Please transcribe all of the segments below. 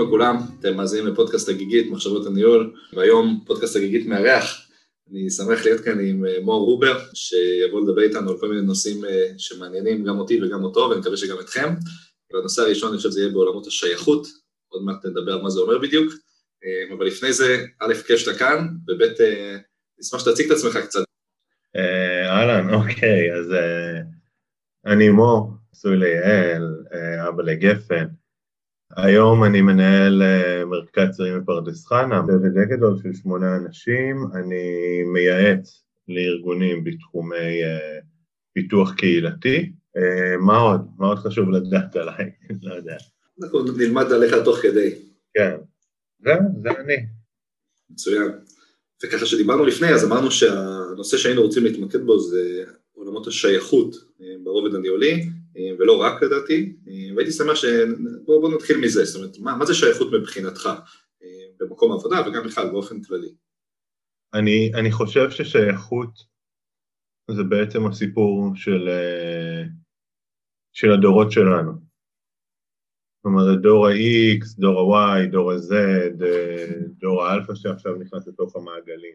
לכולם, אתם מאזינים לפודקאסט הגיגית, מחשבות הניהול, והיום פודקאסט הגיגית מארח. אני שמח להיות כאן עם מור רובר, שיבוא לדבר איתנו על כל מיני נושאים שמעניינים גם אותי וגם אותו, ואני מקווה שגם אתכם. והנושא הראשון, אני חושב, זה יהיה בעולמות השייכות, עוד מעט נדבר על מה זה אומר בדיוק, אבל לפני זה, א', כיף שאתה כאן, וב', נשמח שתציג את עצמך קצת. אהלן, אוקיי, אז אני מור, נשוי ליעל, אבא לגפן. היום אני מנהל מרכז צעירים בפרדס חנה, בצוות גדול של 8 אנשים. אני מייעץ לארגונים בתחומי פיתוח קהילתי. מה עוד? מה עוד חשוב לדעת עליי? לא יודע. אנחנו נלמד עליך תוך כדי. כן, זה אני. מצוין. וככה שדיברנו לפני, אז אמרנו שהנושא שהיינו רוצים להתמקד בו זה עולמות השייכות ברובד הניהולי, ולא רק לדעתי, והייתי שמח בוא נתחיל מזה, זאת אומרת, מה זה שייכות מבחינתך במקום העבודה וגם בכלל באופן כללי? אני חושב ששייכות זה בעצם הסיפור של הדורות שלנו. זאת אומרת, דור ה-X, דור ה-Y, דור ה-Z, דור האלפא שעכשיו נכנס לתוך המעגלים.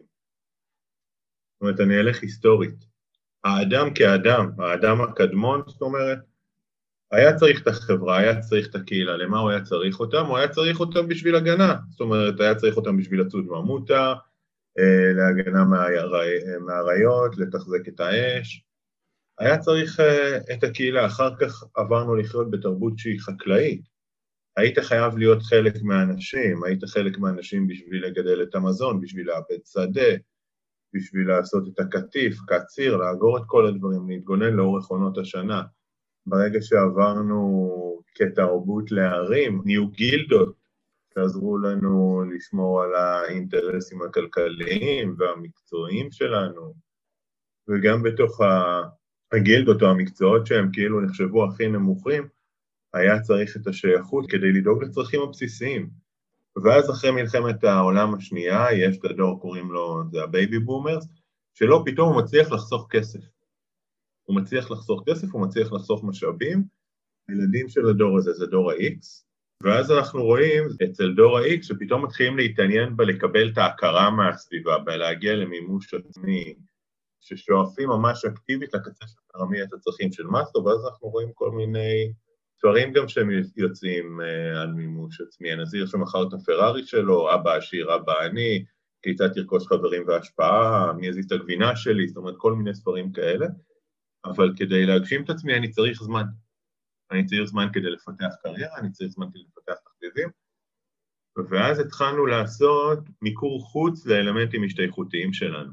זאת אומרת, אני אלך היסטורית. האדם כאדם, האדם הקדמון, זאת אומרת, היה צריך את החברה, היה צריך את הקהילה. למה הוא היה צריך אותם? הוא היה צריך אותם בשביל הגנה. זאת אומרת, היה צריך אותם בשביל לצוד ממותה, להגנה מהאריות, לתחזק את האש. היה צריך את הקהילה. אחר כך עברנו לחיות בתרבות שהיא חקלאית. היית חייב להיות חלק מהאנשים, היית חלק מהאנשים בשביל לגדל את המזון, בשביל לעבד שדה, בשביל לעשות את הקטיף, קציר, לאגור את כל הדברים, להתגונן לאורך עונות השנה. ברגע שעברנו כתרבות לערים, נהיו גילדות, שעזרו לנו לשמור על האינטרסים הכלכליים והמקצועיים שלנו, וגם בתוך הגילדות או המקצועות שהם כאילו נחשבו הכי נמוכים, היה צריך את השייכות כדי לדאוג לצרכים הבסיסיים. ואז אחרי מלחמת העולם השנייה, יש את הדור, קוראים לו, זה הבייבי בומרס, שלא פתאום הוא מצליח לחסוך כסף. הוא מצליח לחסוך כסף, הוא מצליח לחסוך משאבים. הילדים של הדור הזה זה דור ה-X, ואז אנחנו רואים אצל דור ה-X שפתאום מתחילים להתעניין בלקבל את ההכרה מהסביבה, בלהגיע למימוש עצמי, ששואפים ממש אקטיבית לקצה של פירמידת הצרכים של מאסלו, ואז אנחנו רואים כל מיני דברים גם שהם יוצאים על מימוש עצמי. הנזיר שמכר את הפרארי שלו, אבא עשיר, אבא עני, כיצד תרכוש חברים והשפעה, מי יזיז את הגבינה שלי, זאת אומרת כל מיני ספרים כאלה, אבל כדי להגשים את עצמי אני צריך זמן. אני צריך זמן כדי לפתח קריירה, אני צריך זמן כדי לפתח תחביבים, ואז התחלנו לעשות מיקור חוץ לאלמנטים השתייכותיים שלנו.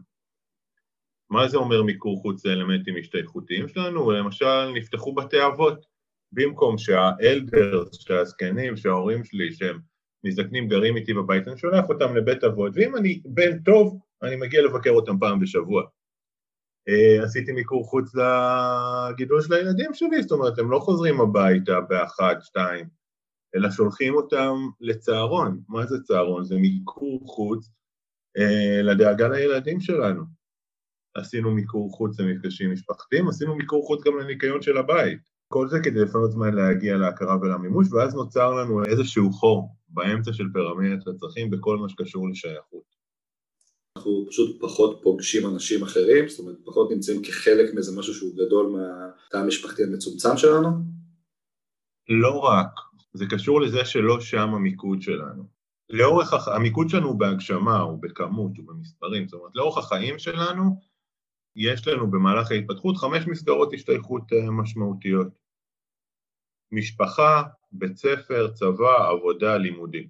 מה זה אומר מיקור חוץ לאלמנטים השתייכותיים שלנו? למשל, נפתחו בתי אבות, במקום שהאלדרס, שהזקנים, שההורים שלי, שהם מזדקנים גרים איתי בבית, אני שולח אותם לבית אבות, ואם אני בן טוב, אני מגיע לבקר אותם פעם בשבוע. עשיתי מיקור חוץ לגידול של הילדים שלי, זאת אומרת, הם לא חוזרים הביתה באחת, שתיים, אלא שולחים אותם לצהרון. מה זה צהרון? זה מיקור חוץ לדאגה לילדים שלנו. עשינו מיקור חוץ למפגשים משפחתיים, עשינו מיקור חוץ גם לניקיון של הבית. כל זה כדי לפנות זמן להגיע להכרה ולמימוש, ואז נוצר לנו איזשהו חור באמצע של פירמידת הצרכים בכל מה שקשור לשייכות. אנחנו פשוט פחות פוגשים אנשים אחרים, זאת אומרת, פחות נמצאים כחלק מאיזה משהו שהוא גדול מהתא המשפחתי המצומצם שלנו? לא רק, זה קשור לזה שלא שם המיקוד שלנו. המיקוד שלנו הוא בהגשמה, הוא בכמות, הוא במספרים, זאת אומרת, לאורך החיים שלנו, יש לנו במהלך ההתפתחות 5 מסגרות השתייכות משמעותיות. משפחה, בית ספר, צבא, עבודה, לימודים.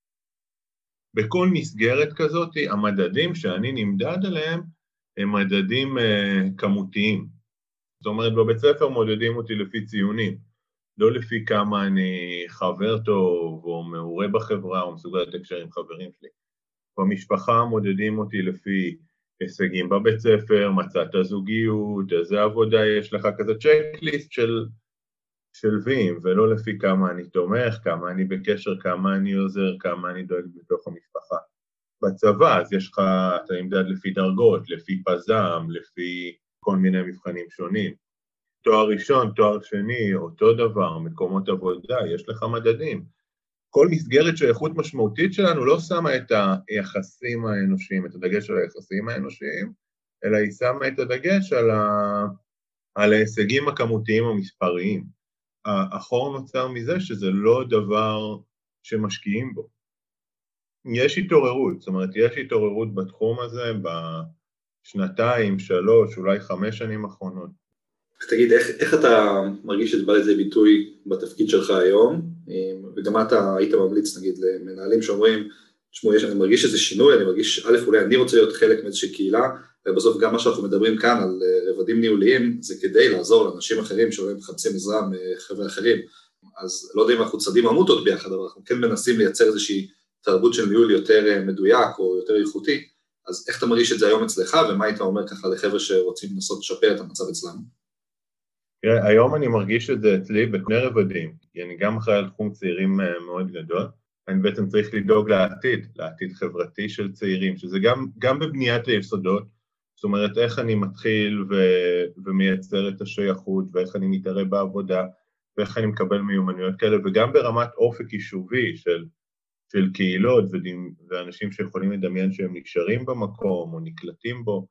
בכל מסגרת כזאת, המדדים שאני נמדד עליהם, הם מדדים כמותיים. זאת אומרת, בבית ספר מודדים אותי לפי ציונים, לא לפי כמה אני חבר טוב, או מעורה בחברה, או מסוגל לתקשר עם חברים שלי. במשפחה מודדים אותי לפי הישגים בבית ספר, מצאת זוגיות, איזה עבודה יש לך, כזה צ'קליסט של וים, ולא לפי כמה אני תומך, כמה אני בקשר, כמה אני עוזר, כמה אני דואג בתוך המשפחה. בצבא, אז יש לך, אתה נמדד לפי דרגות, לפי פזם, לפי כל מיני מבחנים שונים. תואר ראשון, תואר שני, אותו דבר, מקומות עבודה, יש לך מדדים. כל מסגרת שייכות משמעותית שלנו לא שמה את היחסים האנושיים, את הדגש על היחסים האנושיים, אלא היא שמה את הדגש על ההישגים הכמותיים המספריים. החור נוצר מזה שזה לא דבר שמשקיעים בו. יש התעוררות, זאת אומרת, יש התעוררות בתחום הזה בשנתיים, 3, אולי 5 שנים האחרונות. תגיד, איך אתה מרגיש שזה בא לזה ביטוי בתפקיד שלך היום, וגם אתה היית ממליץ, נגיד, למנהלים שאומרים, תשמעו, אני מרגיש איזה שינוי, אני מרגיש, א', אולי אני רוצה להיות חלק מאיזושהי קהילה, ובסוף גם מה שאנחנו מדברים כאן על רבדים ניהוליים, זה כדי לעזור לאנשים אחרים שאולי מחפשים עזרה מחבר'ה אחרים, אז לא יודע אם אנחנו צדים עמותות ביחד, אבל אנחנו כן מנסים לייצר איזושהי תרבות של ניהול יותר מדויק או יותר איכותי, אז איך אתה מרגיש את זה היום אצלך, ומה היית אומר ככה לחבר'ה שרוצים לנסות לשפר את המצב אצלם? היום אני מרגיש את זה אצלי בשני רבדים, כי אני גם אחראי על תחום צעירים מאוד גדול, אני בעצם צריך לדאוג לעתיד חברתי של צעירים, שזה גם בבניית היסודות, זאת אומרת איך אני מתחיל ומייצר את השייכות, ואיך אני מתערב בעבודה, ואיך אני מקבל מיומנויות כאלה, וגם ברמת אופק יישובי של קהילות ואנשים שיכולים לדמיין שהם נשארים במקום או נקלטים בו,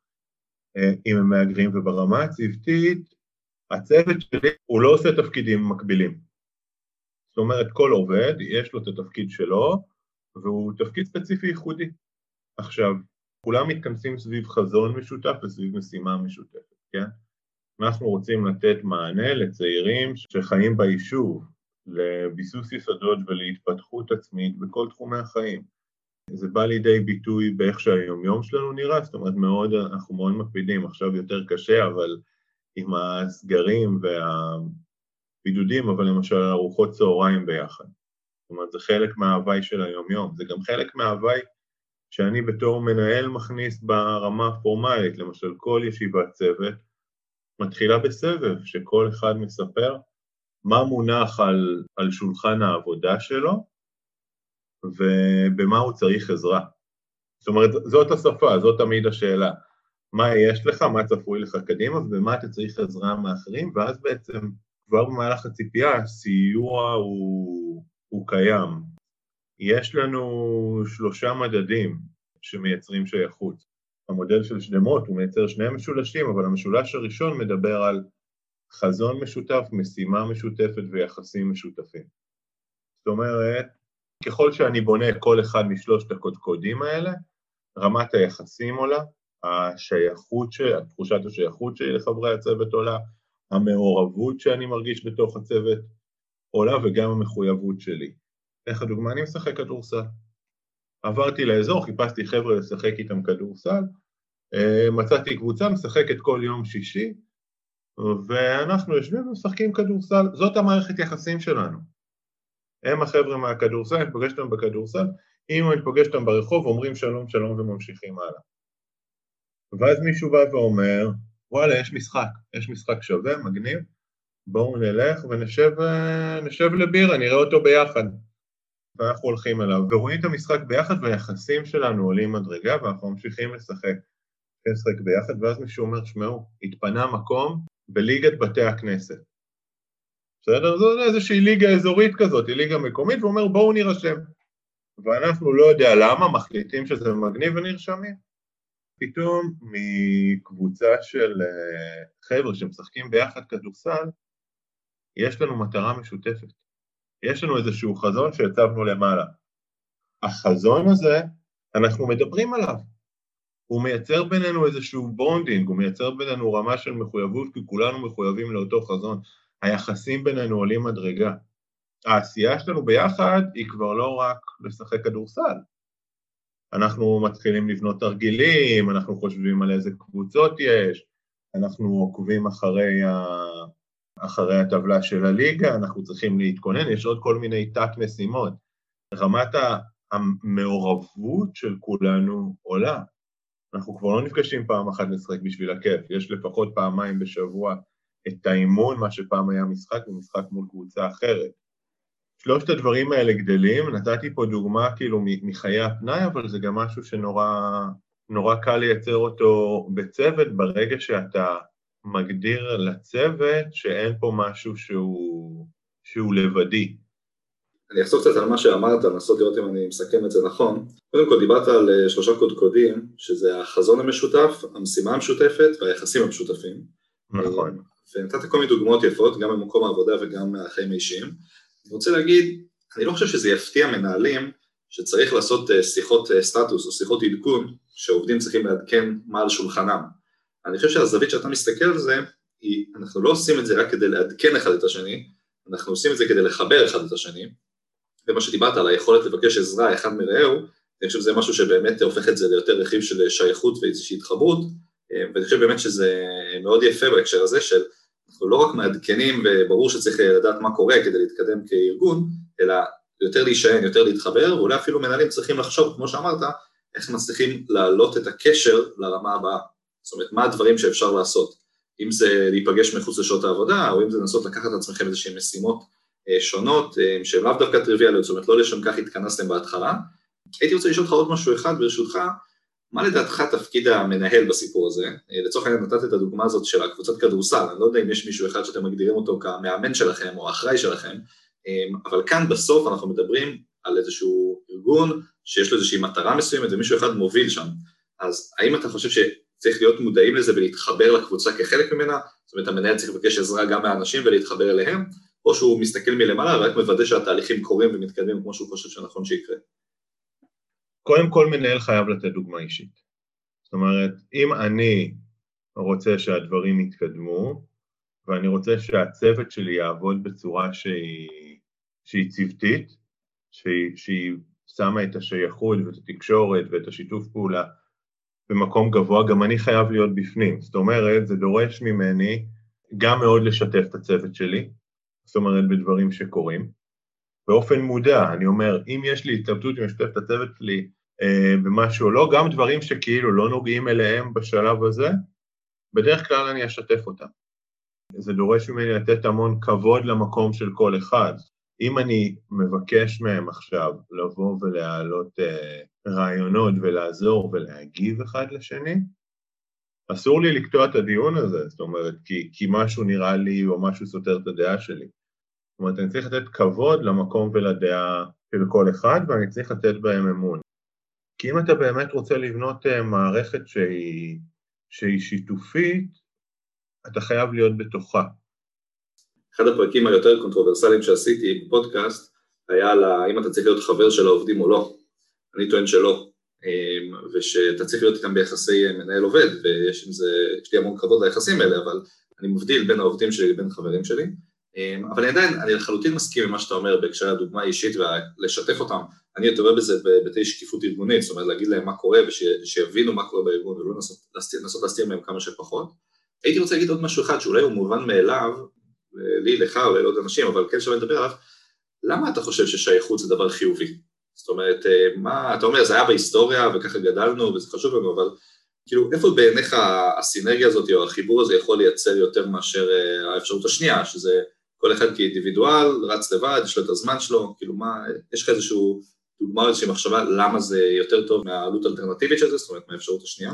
אם הם מהגרים, וברמה הצוותית, הצוות שלי הוא לא עושה תפקידים מקבילים. זאת אומרת, כל עובד יש לו את התפקיד שלו, והוא תפקיד ספציפי ייחודי. עכשיו, כולם מתכנסים סביב חזון משותף וסביב משימה משותפת, כן? אנחנו רוצים לתת מענה לצעירים שחיים ביישוב, לביסוס יסודות ולהתפתחות עצמית בכל תחומי החיים. זה בא לידי ביטוי באיך שהיום שלנו נראה, זאת אומרת, אנחנו מאוד מקפידים, עכשיו יותר קשה, אבל עם הסגרים והבידודים, אבל למשל ארוחות צהריים ביחד. זאת אומרת, זה חלק מההווי של היום-יום. זה גם חלק מההווי שאני בתור מנהל מכניס ברמה הפורמלית, למשל כל ישיבת צוות, מתחילה בסבב, שכל אחד מספר מה מונח על שולחן העבודה שלו, ובמה הוא צריך עזרה. זאת אומרת, זאת השפה, זאת תמיד השאלה. מה יש לך, מה צפוי לך קדימה, ובמה אתה צריך עזרה מאחרים, ואז בעצם כבר במהלך הציפייה, הסיוע הוא קיים. יש לנו 3 מדדים שמייצרים שייכות. המודל של שדמות הוא מייצר 2 משולשים, אבל המשולש הראשון מדבר על חזון משותף, משימה משותפת ויחסים משותפים. זאת אומרת, ככל שאני בונה כל אחד מ3 הקודקודים האלה, רמת היחסים עולה, תחושת השייכות שלי לחברי הצוות עולה, המעורבות שאני מרגיש בתוך הצוות עולה, וגם המחויבות שלי. איך הדוגמה, אני משחק כדורסל. עברתי לאזור, חיפשתי חבר'ה לשחק איתם כדורסל, מצאתי קבוצה, משחקת כל יום שישי, ואנחנו יושבים ומשחקים כדורסל. זאת המערכת יחסים שלנו. הם החבר'ה מהכדורסל, אני פוגש אותם בכדורסל, אם אני פוגש אותם ברחוב, אומרים שלום שלום וממשיכים הלאה. ואז מישהו בא ואומר, וואלה, יש משחק שווה, מגניב, בואו נלך ונשב לבירה, נראה אותו ביחד. ואנחנו הולכים אליו, ורואים את המשחק ביחד, והיחסים שלנו עולים מדרגה, ואנחנו ממשיכים לשחק ביחד, ואז מישהו אומר, שמעו, התפנה מקום בליגת בתי הכנסת. בסדר? זו איזושהי ליגה אזורית כזאת, היא ליגה מקומית, ואומר, בואו נרשם. ואנחנו לא יודע למה, מחליטים שזה מגניב ונרשמים. פתאום מקבוצה של חבר'ה שמשחקים ביחד כדורסל, יש לנו מטרה משותפת. יש לנו איזשהו חזון שהצבנו למעלה. החזון הזה, אנחנו מדברים עליו. הוא מייצר בינינו איזשהו בונדינג, הוא מייצר בינינו רמה של מחויבות, כי כולנו מחויבים לאותו חזון. היחסים בינינו עולים מדרגה. העשייה שלנו ביחד היא כבר לא רק לשחק כדורסל. אנחנו מתחילים לבנות תרגילים, אנחנו חושבים על איזה קבוצות יש, אנחנו עוקבים אחרי הטבלה של הליגה, אנחנו צריכים להתכונן, יש עוד כל מיני תת משימות. רמת המעורבות של כולנו עולה. אנחנו כבר לא נפגשים פעם אחת לשחק בשביל הכיף, יש לפחות פעמיים בשבוע את האימון, מה שפעם היה משחק, ומשחק מול קבוצה אחרת. 3 הדברים האלה גדלים, נתתי פה דוגמה כאילו מחיי הפנאי, אבל זה גם משהו שנורא קל לייצר אותו בצוות, ברגע שאתה מגדיר לצוות שאין פה משהו שהוא לבדי. אני אחזור קצת על מה שאמרת, לנסות לראות אם אני מסכם את זה נכון. קודם כל דיברת על 3 קודקודים, שזה החזון המשותף, המשימה המשותפת והיחסים המשותפים. נכון. ונתת כל מיני דוגמאות יפות, גם במקום העבודה וגם מהחיים האישיים. אני רוצה להגיד, אני לא חושב שזה יפתיע מנהלים, שצריך לעשות שיחות סטטוס או שיחות עדכון, שעובדים צריכים לעדכן מה על שולחנם. אני חושב שהזווית שאתה מסתכל על זה, אנחנו לא עושים את זה רק כדי לעדכן אחד את השני, אנחנו עושים את זה כדי לחבר אחד את השני, ומה שדיברת על היכולת לבקש עזרה אחד מרעהו, אני חושב שזה משהו שבאמת הופך את זה ליותר רכיב של שייכות ואיזושהי התחברות, ואני חושב באמת שזה מאוד יפה בהקשר הזה, של אנחנו לא רק מעדכנים וברור שצריך לדעת מה קורה כדי להתקדם כארגון, אלא יותר להישען, יותר להתחבר, ואולי אפילו מנהלים צריכים לחשוב, כמו שאמרת, איך מצליחים להעלות את הקשר לרמה הבאה. זאת אומרת, מה הדברים שאפשר לעשות? אם זה להיפגש מחוץ לשעות העבודה, או אם זה לנסות לקחת את עצמכם איזושהי משימות שונות, שהן לאו דווקא טריוויאליות, זאת אומרת, לא לשם כך התכנסתם בהתחלה. הייתי רוצה לשאול לך עוד משהו אחד ברשותך, מה לדעתך תפקיד המנהל בסיפור הזה? לצורך העניין נתת את הדוגמה הזאת של הקבוצת כדורסל, אני לא יודע אם יש מישהו אחד שאתם מגדירים אותו כמאמן שלכם או האחראי שלכם, אבל כאן בסוף אנחנו מדברים על איזשהו ארגון שיש לו איזושהי מטרה מסוימת ומישהו אחד מוביל שם. אז האם אתה חושב שצריך להיות מודעים לזה ולהתחבר לקבוצה כחלק ממנה? זאת אומרת, המנהל צריך לבקש עזרה גם מהאנשים ולהתחבר אליהם, או שהוא מסתכל מלמעלה ורק מוודא שהתהליכים קורים ומתקדמים כמו שהוא חושב שנכון שיקרה? קודם כל מנהל חייב לתת דוגמה אישית. זאת אומרת, אם אני רוצה שהדברים יתקדמו, ואני רוצה שהצוות שלי יעבוד בצורה שהיא צוותית, שהיא שמה את השייכות ואת התקשורת ואת השיתוף פעולה במקום גבוה, גם אני חייב להיות בפנים. זאת אומרת, זה דורש ממני גם מאוד לשתף את הצוות שלי, זאת אומרת, בדברים שקורים. באופן מודע, אני אומר, אם יש לי התלבטות עם לשתף את הצוות שלי במשהו לא, גם דברים שכאילו לא נוגעים אליהם בשלב הזה, בדרך כלל אני אשתף אותם. זה דורש ממני לתת המון כבוד למקום של כל אחד. אם אני מבקש מהם עכשיו לבוא ולהעלות רעיונות ולעזור ולהגיב אחד לשני, אסור לי לקטוע את הדיון הזה, זאת אומרת, כי משהו נראה לי או משהו סותר את הדעה שלי. זאת אומרת, אני צריך לתת כבוד למקום ולדעה של כל אחד, ואני צריך לתת בהם אמון. כי אם אתה באמת רוצה לבנות מערכת שהיא שיתופית, אתה חייב להיות בתוכה. אחד הפרקים היותר קונטרוברסליים שעשיתי בפודקאסט, היה על האם אתה צריך להיות חבר של העובדים או לא. אני טוען שלא, ושאתה צריך להיות איתם ביחסי מנהל עובד, ויש לי המון כבוד ליחסים האלה, אבל אני מבדיל בין העובדים שלי לבין חברים שלי, אבל אני לחלוטין מסכים עם מה שאתה אומר בהקשר לדוגמה אישית ולשתף אותם. אני יותר רואה בזה בהיבטי שקיפות ארגונית, זאת אומרת להגיד להם מה קורה ושיבינו מה קורה בארגון ולא לנסות להסתיר מהם כמה שפחות. הייתי רוצה להגיד עוד משהו אחד שאולי הוא מובן מאליו, לי, לך, אולי לעוד אנשים, אבל כן שווה לדבר עליו, למה אתה חושב ששייכות זה דבר חיובי? זאת אומרת, אתה אומר, זה היה בהיסטוריה וככה גדלנו וזה חשוב לנו, אבל כאילו, איפה בעיניך הסינרגיה הזאת או החיבור הזה יכול לייצר יותר מאשר האפשרות השנייה, שזה כל אחד כאינדיבידואל, רץ לבד, יש לו את הזמן שלו, כאילו מה, יש לך איזשהו דוגמה, איזושהי מחשבה, למה זה יותר טוב מהעלות האלטרנטיבית של זה, זאת אומרת, מהאפשרות השנייה?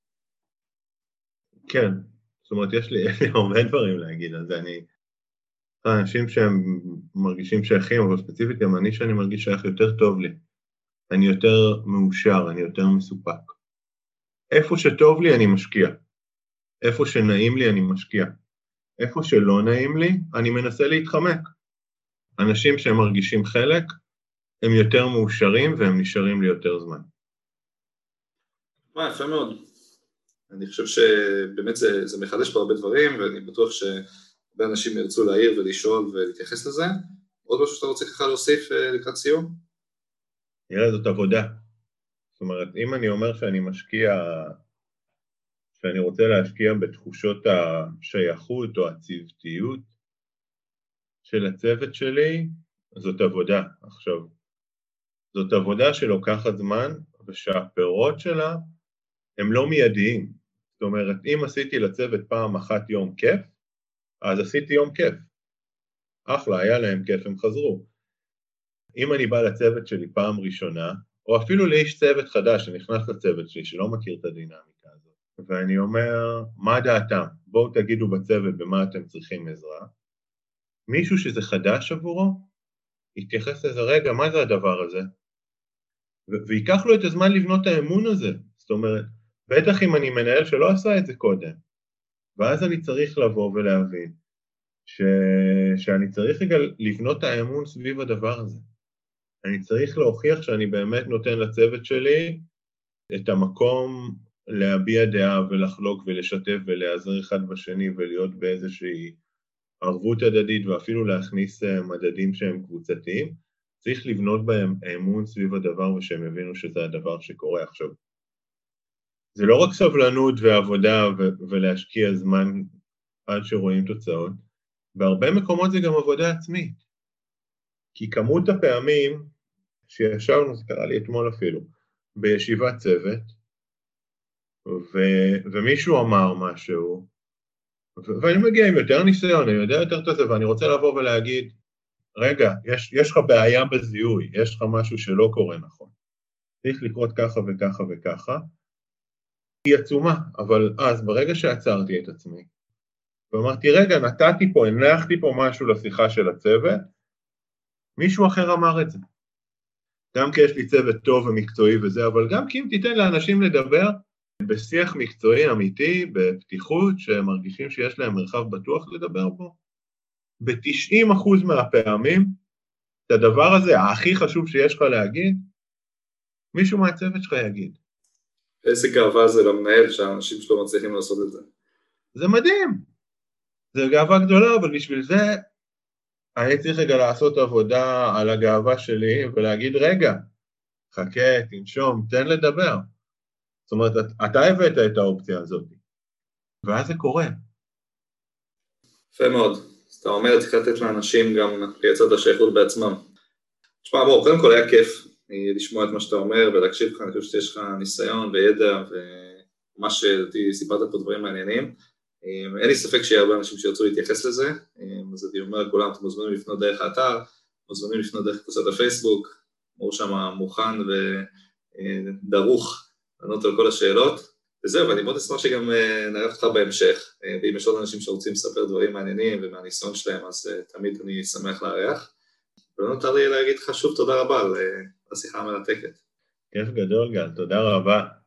כן, זאת אומרת, יש לי הרבה דברים להגיד על זה, אנשים שהם מרגישים שייכים, אבל ספציפית גם אני שאני מרגיש שייך יותר טוב לי, אני יותר מאושר, אני יותר מסופק. איפה שטוב לי אני משקיע, איפה שנעים לי אני משקיע, איפה שלא נעים לי אני מנסה להתחמק. אנשים שהם מרגישים חלק, הם יותר מאושרים והם נשארים לי יותר זמן. יפה מאוד. אני חושב שבאמת זה מחדש פה הרבה דברים, ואני בטוח שהרבה אנשים ירצו להעיר ולשאול ולהתייחס לזה. עוד משהו שאתה רוצה ככה להוסיף לקראת סיום? נראה, זאת עבודה. זאת אומרת, אם אני אומר שאני רוצה להשקיע בתחושות השייכות או הצוותיות של הצוות שלי, זאת עבודה. עכשיו, זאת עבודה שלוקחת זמן, ושהפירות שלה הם לא מיידיים. זאת אומרת, אם עשיתי לצוות פעם אחת יום כיף, אז עשיתי יום כיף. אחלה, היה להם כיף, הם חזרו. אם אני בא לצוות שלי פעם ראשונה, או אפילו לאיש צוות חדש שנכנס לצוות שלי, שלא מכיר את הדינמיקה הזאת, ואני אומר, מה דעתם? בואו תגידו בצוות במה אתם צריכים עזרה. מישהו שזה חדש עבורו, יתייחס לזה, רגע, מה זה הדבר הזה? ויקח לו את הזמן לבנות האמון הזה. זאת אומרת, בטח אם אני מנהל שלא עשה את זה קודם, ואז אני צריך לבוא ולהבין שאני צריך רגע לבנות האמון סביב הדבר הזה. אני צריך להוכיח שאני באמת נותן לצוות שלי את המקום להביע דעה ולחלוק ולשתף ולעזר אחד בשני ולהיות באיזושהי ערבות הדדית ואפילו להכניס מדדים שהם קבוצתיים. צריך לבנות בהם אמון סביב הדבר ושהם הבינו שזה הדבר שקורה עכשיו. זה לא רק סבלנות ועבודה ולהשקיע זמן עד שרואים תוצאות, בהרבה מקומות זה גם עבודה עצמית. כי כמות הפעמים שישבנו, זה קרה לי אתמול אפילו, בישיבת צוות, ומישהו אמר משהו, ואני מגיע עם יותר ניסיון, אני יודע יותר את זה, ואני רוצה לבוא ולהגיד, רגע, יש לך בעיה בזיהוי, יש לך משהו שלא קורה נכון. צריך לקרות ככה וככה וככה. היא עצומה, אבל אז ברגע שעצרתי את עצמי, ואמרתי, רגע, נתתי פה, הנחתי פה משהו לשיחה של הצוות, מישהו אחר אמר את זה. גם כי יש לי צוות טוב ומקצועי וזה, אבל גם כי אם תיתן לאנשים לדבר בשיח מקצועי אמיתי, בפתיחות, שהם מרגישים שיש להם מרחב בטוח לדבר בו, ב-90% מהפעמים, את הדבר הזה, הכי חשוב שיש לך להגיד, מישהו מהצוות שלך יגיד. איזה גאווה זה למנהל שהאנשים שלו מצליחים לעשות את זה. זה מדהים. זה גאווה גדולה, אבל בשביל זה אני צריך רגע לעשות עבודה על הגאווה שלי ולהגיד, רגע, חכה, תנשום, תן לדבר. זאת אומרת, אתה הבאת את האופציה הזאת, ואז זה קורה. יפה מאוד. אז אתה אומר, צריך לתת לאנשים גם לייצר את השייכות בעצמם. תשמע, בוא, קודם כל היה כיף לשמוע את מה שאתה אומר ולהקשיב לך, אני חושב שיש לך ניסיון וידע ומה שסיפרת פה דברים מעניינים. אין לי ספק שיהיה הרבה אנשים שירצו להתייחס לזה, אז אני אומר לכולם, אתם מוזמנים לפנות דרך האתר, מוזמנים לפנות דרך קבוצת הפייסבוק, הוא שם מוכן ודרוך לענות על כל השאלות, וזהו, ואני מאוד אשמח שגם נערב אותך בהמשך, ואם יש עוד אנשים שרוצים לספר דברים מעניינים ומהניסיון שלהם, אז תמיד אני שמח לארח, ולא נותר לי להגיד לך שוב תודה רבה על השיחה המרתקת. כיף גדול גל, תודה רבה.